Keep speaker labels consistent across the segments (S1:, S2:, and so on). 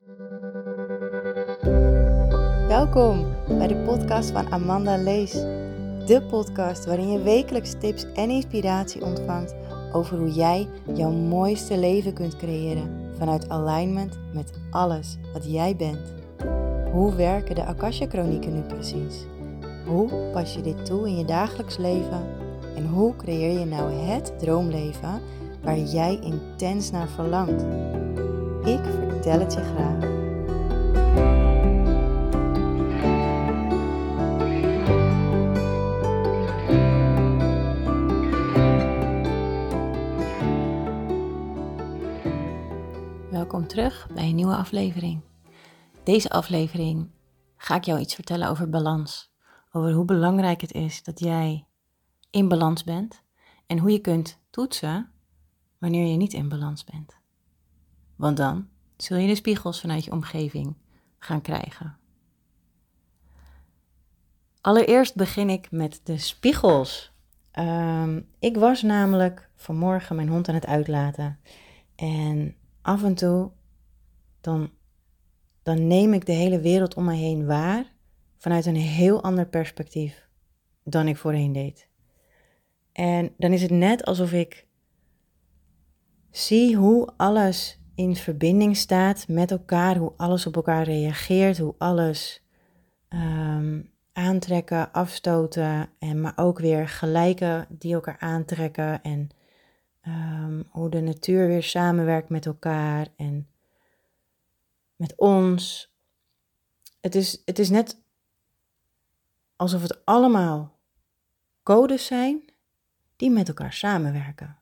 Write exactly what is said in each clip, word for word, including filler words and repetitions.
S1: Welkom bij de podcast van Amanda Lees. De podcast waarin je wekelijks tips en inspiratie ontvangt over hoe jij jouw mooiste leven kunt creëren vanuit alignment met alles wat jij bent. Hoe werken de Akasha-chronieken nu precies? Hoe pas je dit toe in je dagelijks leven? En hoe creëer je nou het droomleven waar jij intens naar verlangt? Ik vertel het je graag. Welkom terug bij een nieuwe aflevering. Deze aflevering ga ik jou iets vertellen over balans. Over hoe belangrijk het is dat jij in balans bent en hoe je kunt toetsen wanneer je niet in balans bent. Want dan zul je de spiegels vanuit je omgeving gaan krijgen. Allereerst begin ik met de spiegels. Um, ik was namelijk vanmorgen mijn hond aan het uitlaten. En af en toe dan, dan neem ik de hele wereld om mij heen waar vanuit een heel ander perspectief dan ik voorheen deed. En dan is het net alsof ik zie hoe alles in verbinding staat met elkaar, hoe alles op elkaar reageert, hoe alles um, aantrekken, afstoten, en maar ook weer gelijken die elkaar aantrekken en um, hoe de natuur weer samenwerkt met elkaar en met ons. Het is, het is net alsof het allemaal codes zijn die met elkaar samenwerken.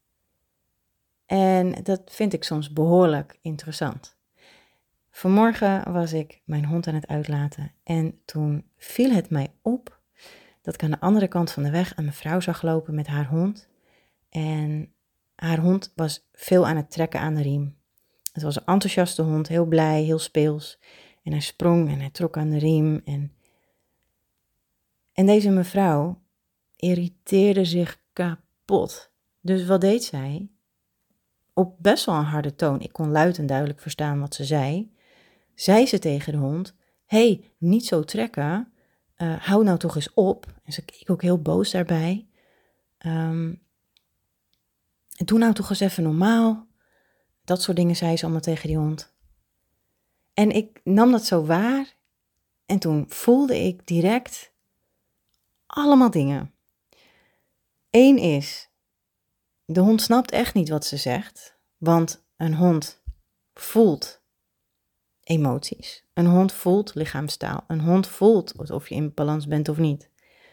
S1: En dat vind ik soms behoorlijk interessant. Vanmorgen was ik mijn hond aan het uitlaten en toen viel het mij op dat ik aan de andere kant van de weg een mevrouw zag lopen met haar hond. En haar hond was veel aan het trekken aan de riem. Het was een enthousiaste hond, heel blij, heel speels. En hij sprong en hij trok aan de riem. En, en deze mevrouw irriteerde zich kapot. Dus wat deed zij? Op best wel een harde toon, ik kon luid en duidelijk verstaan wat ze zei, zei ze tegen de hond: "Hé, hey, niet zo trekken, uh, hou nou toch eens op." En ze keek ook heel boos daarbij. Um, Doe nou toch eens even normaal. Dat soort dingen zei ze allemaal tegen die hond. En ik nam dat zo waar en toen voelde ik direct allemaal dingen. Eén is, de hond snapt echt niet wat ze zegt, want een hond voelt emoties. Een hond voelt lichaamstaal. Een hond voelt of je in balans bent of niet.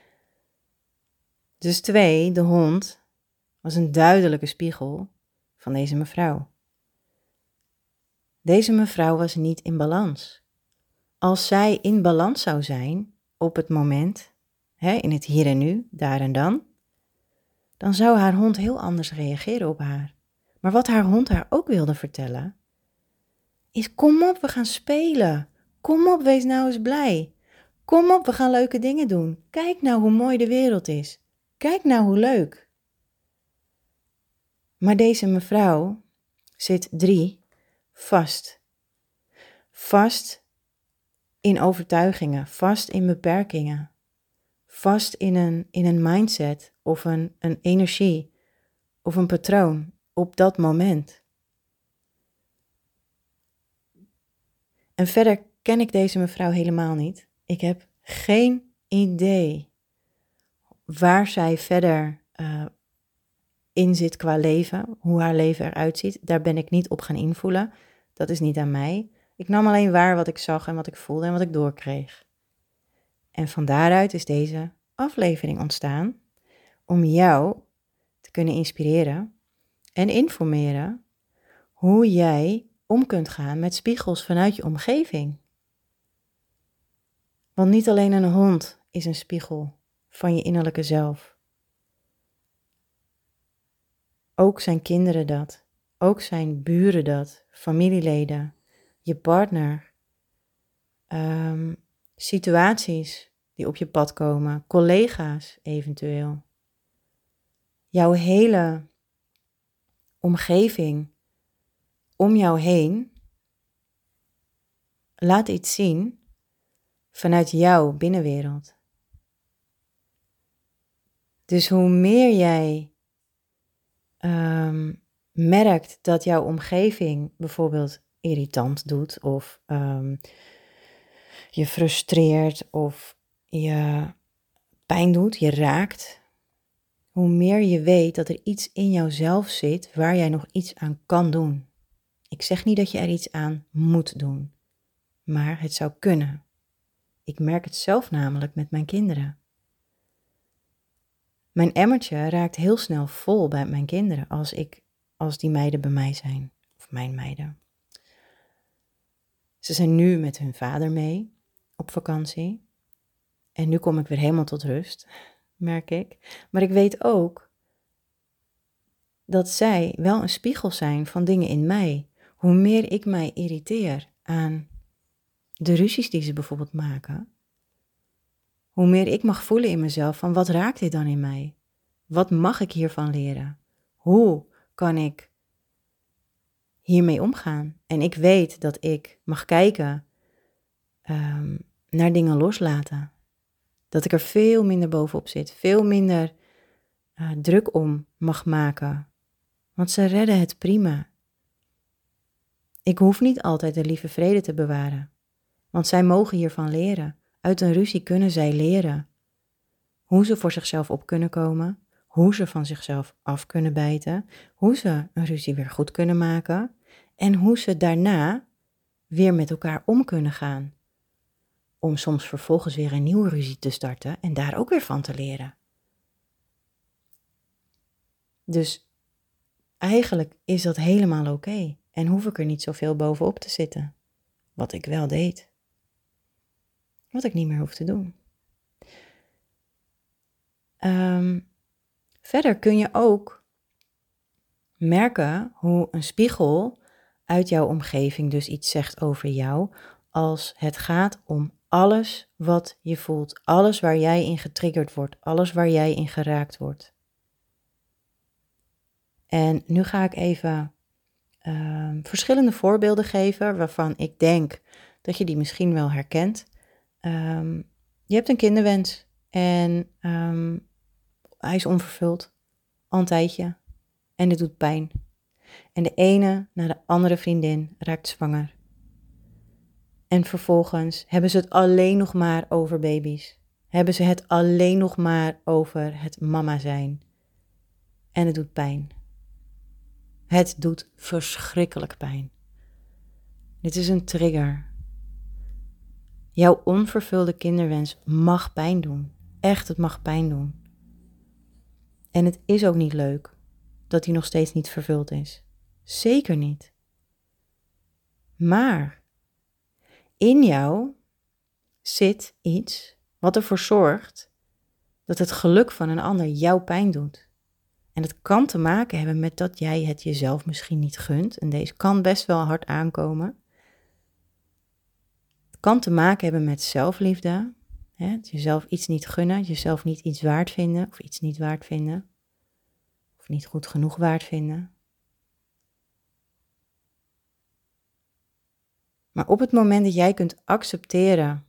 S1: Dus twee, de hond was een duidelijke spiegel van deze mevrouw. Deze mevrouw was niet in balans. Als zij in balans zou zijn op het moment, hè, in het hier en nu, daar en dan, dan zou haar hond heel anders reageren op haar. Maar wat haar hond haar ook wilde vertellen, is: kom op, we gaan spelen. Kom op, wees nou eens blij. Kom op, we gaan leuke dingen doen. Kijk nou hoe mooi de wereld is. Kijk nou hoe leuk. Maar deze mevrouw zit drie vast. Vast in overtuigingen, vast in beperkingen. Vast in een, in een mindset of een, een energie of een patroon op dat moment. En verder ken ik deze mevrouw helemaal niet. Ik heb geen idee waar zij verder uh, in zit qua leven, hoe haar leven eruit ziet. Daar ben ik niet op gaan invoelen. Dat is niet aan mij. Ik nam alleen waar wat ik zag en wat ik voelde en wat ik doorkreeg. En van daaruit is deze aflevering ontstaan om jou te kunnen inspireren en informeren hoe jij om kunt gaan met spiegels vanuit je omgeving. Want niet alleen een hond is een spiegel van je innerlijke zelf. Ook zijn kinderen dat. Ook zijn buren dat. Familieleden. Je partner. Um, situaties die op je pad komen. Collega's eventueel. Jouw hele omgeving om jou heen laat iets zien vanuit jouw binnenwereld. Dus hoe meer jij um, merkt dat jouw omgeving bijvoorbeeld irritant doet of um, je frustreert of je pijn doet, je raakt, hoe meer je weet dat er iets in jouzelf zit waar jij nog iets aan kan doen. Ik zeg niet dat je er iets aan moet doen, maar het zou kunnen. Ik merk het zelf namelijk met mijn kinderen. Mijn emmertje raakt heel snel vol bij mijn kinderen als, ik, als die meiden bij mij zijn, of mijn meiden. Ze zijn nu met hun vader mee op vakantie en nu kom ik weer helemaal tot rust, merk ik. Maar ik weet ook dat zij wel een spiegel zijn van dingen in mij. Hoe meer ik mij irriteer aan de ruzies die ze bijvoorbeeld maken, hoe meer ik mag voelen in mezelf van wat raakt dit dan in mij? Wat mag ik hiervan leren? Hoe kan ik hiermee omgaan? En ik weet dat ik mag kijken um, naar dingen loslaten. Dat ik er veel minder bovenop zit, veel minder uh, druk om mag maken. Want ze redden het prima. Ik hoef niet altijd de lieve vrede te bewaren. Want zij mogen hiervan leren. Uit een ruzie kunnen zij leren. Hoe ze voor zichzelf op kunnen komen. Hoe ze van zichzelf af kunnen bijten. Hoe ze een ruzie weer goed kunnen maken. En hoe ze daarna weer met elkaar om kunnen gaan. Om soms vervolgens weer een nieuwe ruzie te starten en daar ook weer van te leren. Dus eigenlijk is dat helemaal oké. En hoef ik er niet zoveel bovenop te zitten. Wat ik wel deed. Wat ik niet meer hoef te doen. Um, verder kun je ook merken hoe een spiegel uit jouw omgeving dus iets zegt over jou. Als het gaat om alles wat je voelt. Alles waar jij in getriggerd wordt. Alles waar jij in geraakt wordt. En nu ga ik even uh, verschillende voorbeelden geven waarvan ik denk dat je die misschien wel herkent. Um, je hebt een kinderwens en um, hij is onvervuld, al een tijdje en dit doet pijn. En de ene na de andere vriendin raakt zwanger. En vervolgens hebben ze het alleen nog maar over baby's. Hebben ze het alleen nog maar over het mama zijn. En het doet pijn. Het doet verschrikkelijk pijn. Dit is een trigger. Jouw onvervulde kinderwens mag pijn doen. Echt, het mag pijn doen. En het is ook niet leuk dat die nog steeds niet vervuld is. Zeker niet. Maar in jou zit iets wat ervoor zorgt dat het geluk van een ander jou pijn doet. En dat kan te maken hebben met dat jij het jezelf misschien niet gunt. En deze kan best wel hard aankomen. Het kan te maken hebben met zelfliefde. Hè? Het jezelf iets niet gunnen, jezelf niet iets waard vinden of iets niet waard vinden. Of niet goed genoeg waard vinden. Maar op het moment dat jij kunt accepteren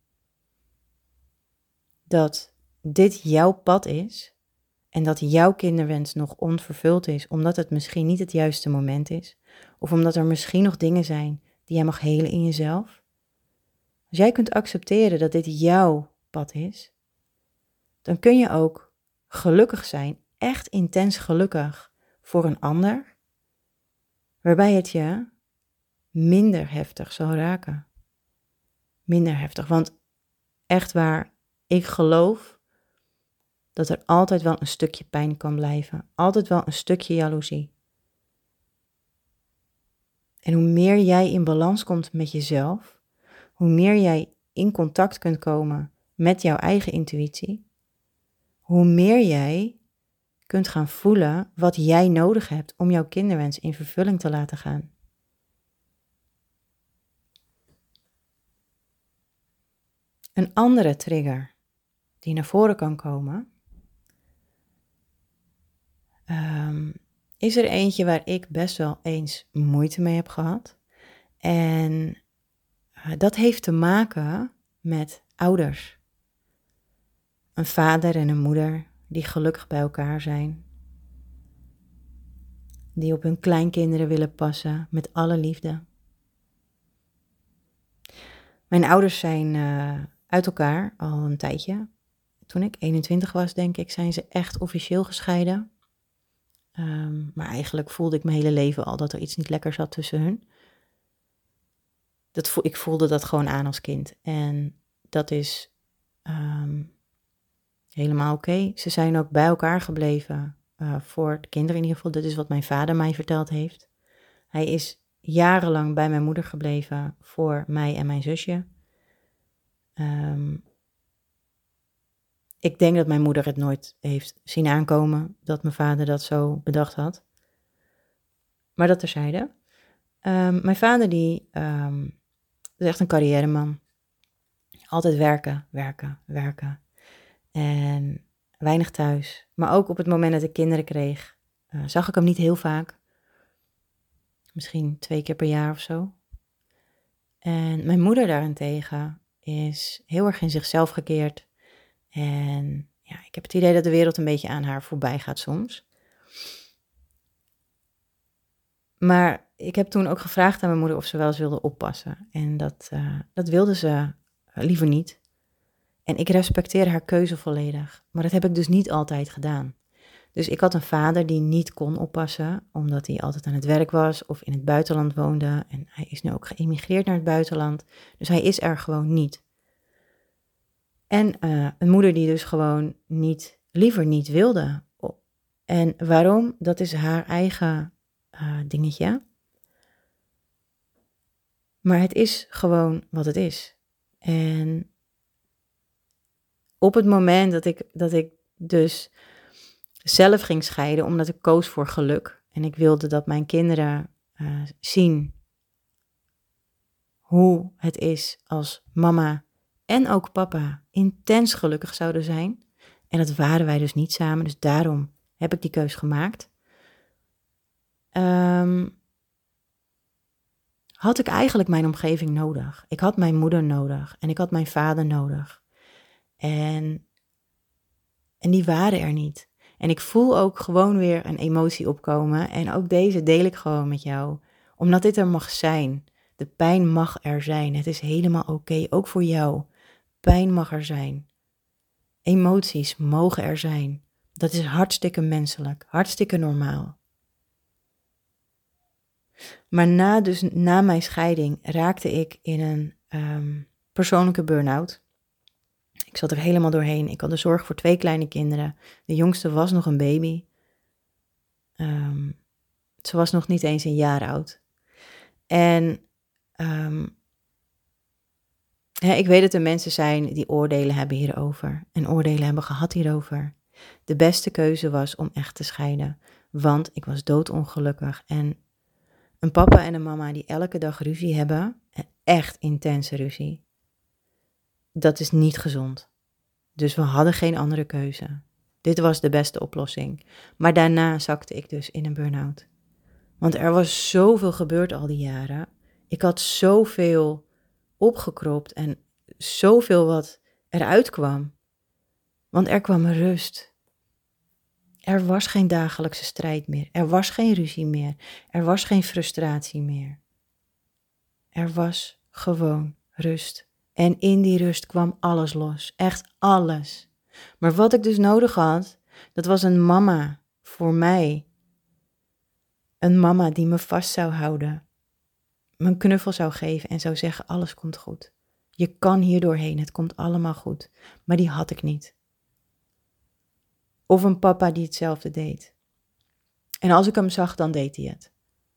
S1: dat dit jouw pad is en dat jouw kinderwens nog onvervuld is, omdat het misschien niet het juiste moment is, of omdat er misschien nog dingen zijn die jij mag helen in jezelf. Als jij kunt accepteren dat dit jouw pad is, dan kun je ook gelukkig zijn, echt intens gelukkig voor een ander, waarbij het je minder heftig zal raken. Minder heftig, want echt waar, ik geloof dat er altijd wel een stukje pijn kan blijven. Altijd wel een stukje jaloezie. En hoe meer jij in balans komt met jezelf, hoe meer jij in contact kunt komen met jouw eigen intuïtie, hoe meer jij kunt gaan voelen wat jij nodig hebt om jouw kinderwens in vervulling te laten gaan. Een andere trigger die naar voren kan komen, um, is er eentje waar ik best wel eens moeite mee heb gehad. En uh, dat heeft te maken met ouders. Een vader en een moeder die gelukkig bij elkaar zijn. Die op hun kleinkinderen willen passen met alle liefde. Mijn ouders zijn uh, uit elkaar al een tijdje. Toen ik eenentwintig was, denk ik, zijn ze echt officieel gescheiden. Um, maar eigenlijk voelde ik mijn hele leven al dat er iets niet lekker zat tussen hun. Dat vo- ik voelde dat gewoon aan als kind. En dat is um, helemaal oké. Okay. Ze zijn ook bij elkaar gebleven uh, voor de kinderen in ieder geval. Dat is wat mijn vader mij verteld heeft. Hij is jarenlang bij mijn moeder gebleven voor mij en mijn zusje. Um, ik denk dat mijn moeder het nooit heeft zien aankomen dat mijn vader dat zo bedacht had. Maar dat terzijde. Um, mijn vader die um, is echt een carrièreman. Altijd werken, werken, werken. En weinig thuis. Maar ook op het moment dat ik kinderen kreeg, uh, zag ik hem niet heel vaak. Misschien twee keer per jaar of zo. En mijn moeder daarentegen is heel erg in zichzelf gekeerd. En ja, ik heb het idee dat de wereld een beetje aan haar voorbij gaat soms. Maar ik heb toen ook gevraagd aan mijn moeder of ze wel eens wilde oppassen. En dat, uh, dat wilde ze liever niet. En ik respecteer haar keuze volledig. Maar dat heb ik dus niet altijd gedaan. Dus ik had een vader die niet kon oppassen, omdat hij altijd aan het werk was of in het buitenland woonde. En hij is nu ook geëmigreerd naar het buitenland. Dus hij is er gewoon niet. En uh, een moeder die dus gewoon niet, liever niet wilde. En waarom? Dat is haar eigen uh, dingetje. Maar het is gewoon wat het is. En op het moment dat ik, dat ik dus zelf ging scheiden, omdat ik koos voor geluk. En ik wilde dat mijn kinderen uh, zien hoe het is als mama en ook papa intens gelukkig zouden zijn. En dat waren wij dus niet samen, dus daarom heb ik die keus gemaakt. Um, had ik eigenlijk mijn omgeving nodig. Ik had mijn moeder nodig en ik had mijn vader nodig. En, en die waren er niet. En ik voel ook gewoon weer een emotie opkomen. En ook deze deel ik gewoon met jou. Omdat dit er mag zijn. De pijn mag er zijn. Het is helemaal oké, okay, ook voor jou. Pijn mag er zijn. Emoties mogen er zijn. Dat is hartstikke menselijk. Hartstikke normaal. Maar na, dus, na mijn scheiding raakte ik in een um, persoonlijke burn-out. Ik zat er helemaal doorheen. Ik had de zorg voor twee kleine kinderen. De jongste was nog een baby. Um, ze was nog niet eens een jaar oud. En um, ja, ik weet dat er mensen zijn die oordelen hebben hierover. En oordelen hebben gehad hierover. De beste keuze was om echt te scheiden. Want ik was doodongelukkig. En een papa en een mama die elke dag ruzie hebben. Echt intense ruzie. Dat is niet gezond. Dus we hadden geen andere keuze. Dit was de beste oplossing. Maar daarna zakte ik dus in een burn-out. Want er was zoveel gebeurd al die jaren. Ik had zoveel opgekropt en zoveel wat eruit kwam. Want er kwam rust. Er was geen dagelijkse strijd meer. Er was geen ruzie meer. Er was geen frustratie meer. Er was gewoon rust. En in die rust kwam alles los. Echt alles. Maar wat ik dus nodig had, dat was een mama voor mij. Een mama die me vast zou houden. Me een knuffel zou geven en zou zeggen, alles komt goed. Je kan hier doorheen, het komt allemaal goed. Maar die had ik niet. Of een papa die hetzelfde deed. En als ik hem zag, dan deed hij het.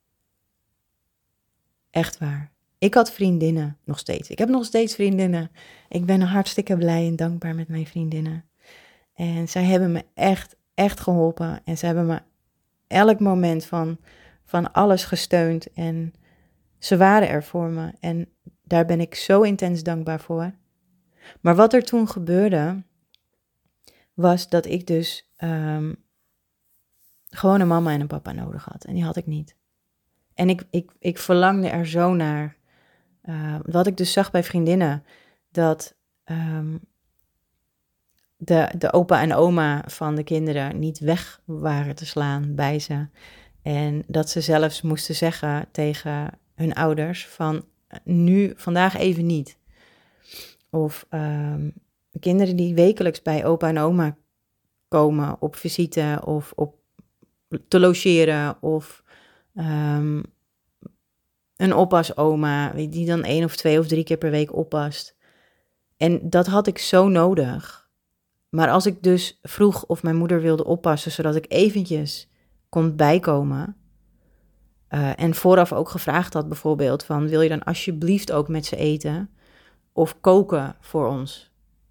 S1: Echt waar. Ik had vriendinnen, nog steeds. Ik heb nog steeds vriendinnen. Ik ben hartstikke blij en dankbaar met mijn vriendinnen. En zij hebben me echt, echt geholpen. En ze hebben me elk moment van, van alles gesteund. En ze waren er voor me. En daar ben ik zo intens dankbaar voor. Maar wat er toen gebeurde, was dat ik dus um, gewoon een mama en een papa nodig had. En die had ik niet. En ik, ik, ik verlangde er zo naar. Uh, wat ik dus zag bij vriendinnen, dat um, de, de opa en oma van de kinderen niet weg waren te slaan bij ze. En dat ze zelfs moesten zeggen tegen hun ouders van nu, vandaag even niet. Of um, kinderen die wekelijks bij opa en oma komen op visite of op te logeren. Of um, een oppasoma die dan één of twee of drie keer per week oppast. En dat had ik zo nodig. Maar als ik dus vroeg of mijn moeder wilde oppassen, zodat ik eventjes kon bijkomen. Uh, en vooraf ook gevraagd had bijvoorbeeld van, wil je dan alsjeblieft ook met ze eten? Of koken voor ons?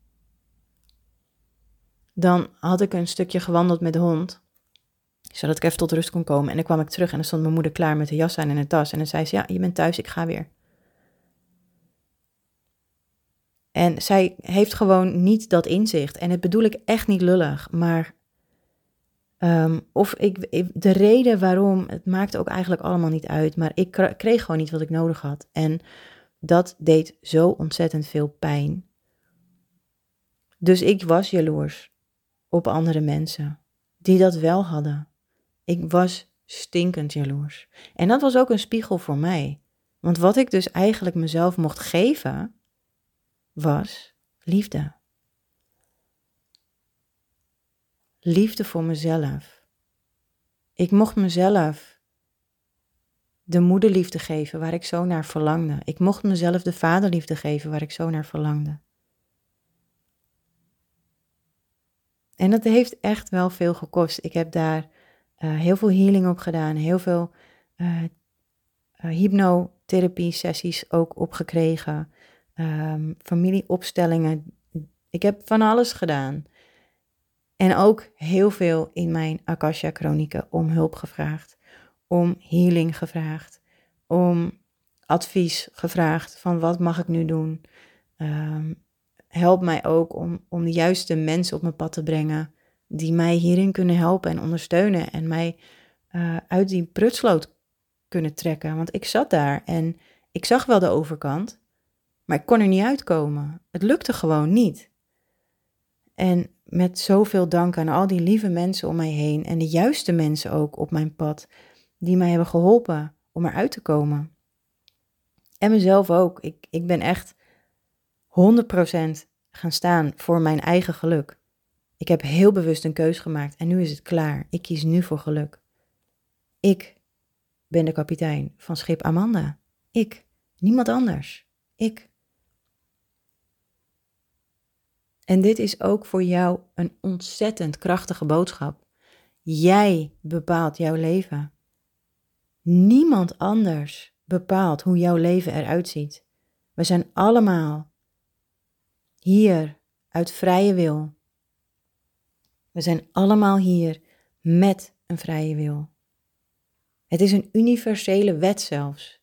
S1: Dan had ik een stukje gewandeld met de hond, zodat ik even tot rust kon komen. En dan kwam ik terug en dan stond mijn moeder klaar met de jas aan en een tas. En dan zei ze, ja, je bent thuis, ik ga weer. En zij heeft gewoon niet dat inzicht. En dat bedoel ik echt niet lullig. Maar um, of ik, ik, de reden waarom, het maakt ook eigenlijk allemaal niet uit. Maar ik kreeg gewoon niet wat ik nodig had. En dat deed zo ontzettend veel pijn. Dus ik was jaloers op andere mensen die dat wel hadden. Ik was stinkend jaloers. En dat was ook een spiegel voor mij. Want wat ik dus eigenlijk mezelf mocht geven, was liefde. Liefde voor mezelf. Ik mocht mezelf de moederliefde geven waar ik zo naar verlangde. Ik mocht mezelf de vaderliefde geven waar ik zo naar verlangde. En dat heeft echt wel veel gekost. Ik heb daar uh, heel veel healing op gedaan, heel veel uh, uh, hypnotherapie sessies ook opgekregen, um, familieopstellingen. Ik heb van alles gedaan. En ook heel veel in mijn Akasha Chronieken om hulp gevraagd, om healing gevraagd, om advies gevraagd van wat mag ik nu doen. Um, help mij ook om, om de juiste mensen op mijn pad te brengen die mij hierin kunnen helpen en ondersteunen en mij uh, uit die prutsloot kunnen trekken. Want ik zat daar en ik zag wel de overkant, maar ik kon er niet uitkomen. Het lukte gewoon niet. En met zoveel dank aan al die lieve mensen om mij heen en de juiste mensen ook op mijn pad die mij hebben geholpen om eruit te komen. En mezelf ook. Ik, ik ben echt honderd procent gaan staan voor mijn eigen geluk. Ik heb heel bewust een keus gemaakt en nu is het klaar. Ik kies nu voor geluk. Ik ben de kapitein van schip Amanda. Ik, niemand anders. Ik. En dit is ook voor jou een ontzettend krachtige boodschap. Jij bepaalt jouw leven. Niemand anders bepaalt hoe jouw leven eruit ziet. We zijn allemaal hier uit vrije wil. We zijn allemaal hier met een vrije wil. Het is een universele wet zelfs.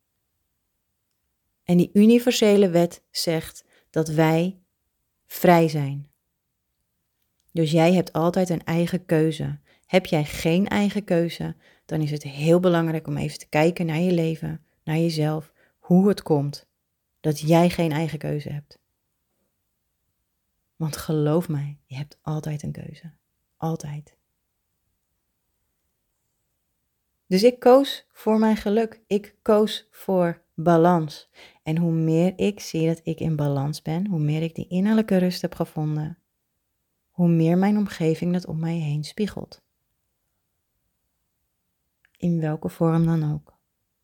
S1: En die universele wet zegt dat wij vrij zijn. Dus jij hebt altijd een eigen keuze. Heb jij geen eigen keuze, dan is het heel belangrijk om even te kijken naar je leven, naar jezelf, hoe het komt dat jij geen eigen keuze hebt. Want geloof mij, je hebt altijd een keuze. Altijd. Dus ik koos voor mijn geluk. Ik koos voor balans. En hoe meer ik zie dat ik in balans ben, hoe meer ik die innerlijke rust heb gevonden, hoe meer mijn omgeving dat om mij heen spiegelt. In welke vorm dan ook.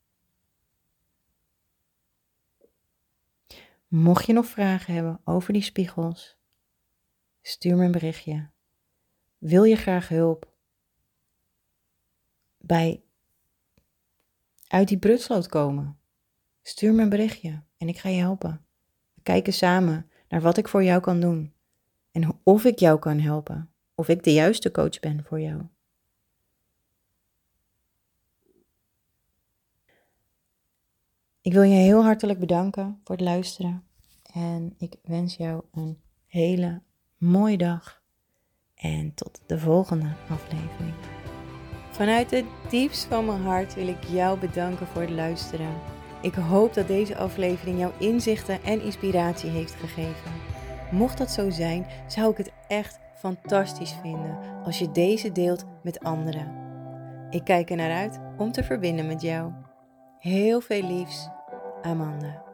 S1: Mocht je nog vragen hebben over die spiegels, stuur me een berichtje. Wil je graag hulp bij uit die brutsloot komen? Stuur me een berichtje en ik ga je helpen. We kijken samen naar wat ik voor jou kan doen. En of ik jou kan helpen. Of ik de juiste coach ben voor jou. Ik wil je heel hartelijk bedanken voor het luisteren. En ik wens jou een hele mooie dag. En tot de volgende aflevering. Vanuit het diepst van mijn hart wil ik jou bedanken voor het luisteren. Ik hoop dat deze aflevering jouw inzichten en inspiratie heeft gegeven. Mocht dat zo zijn, zou ik het echt fantastisch vinden als je deze deelt met anderen. Ik kijk er naar uit om te verbinden met jou. Heel veel liefs, Amanda.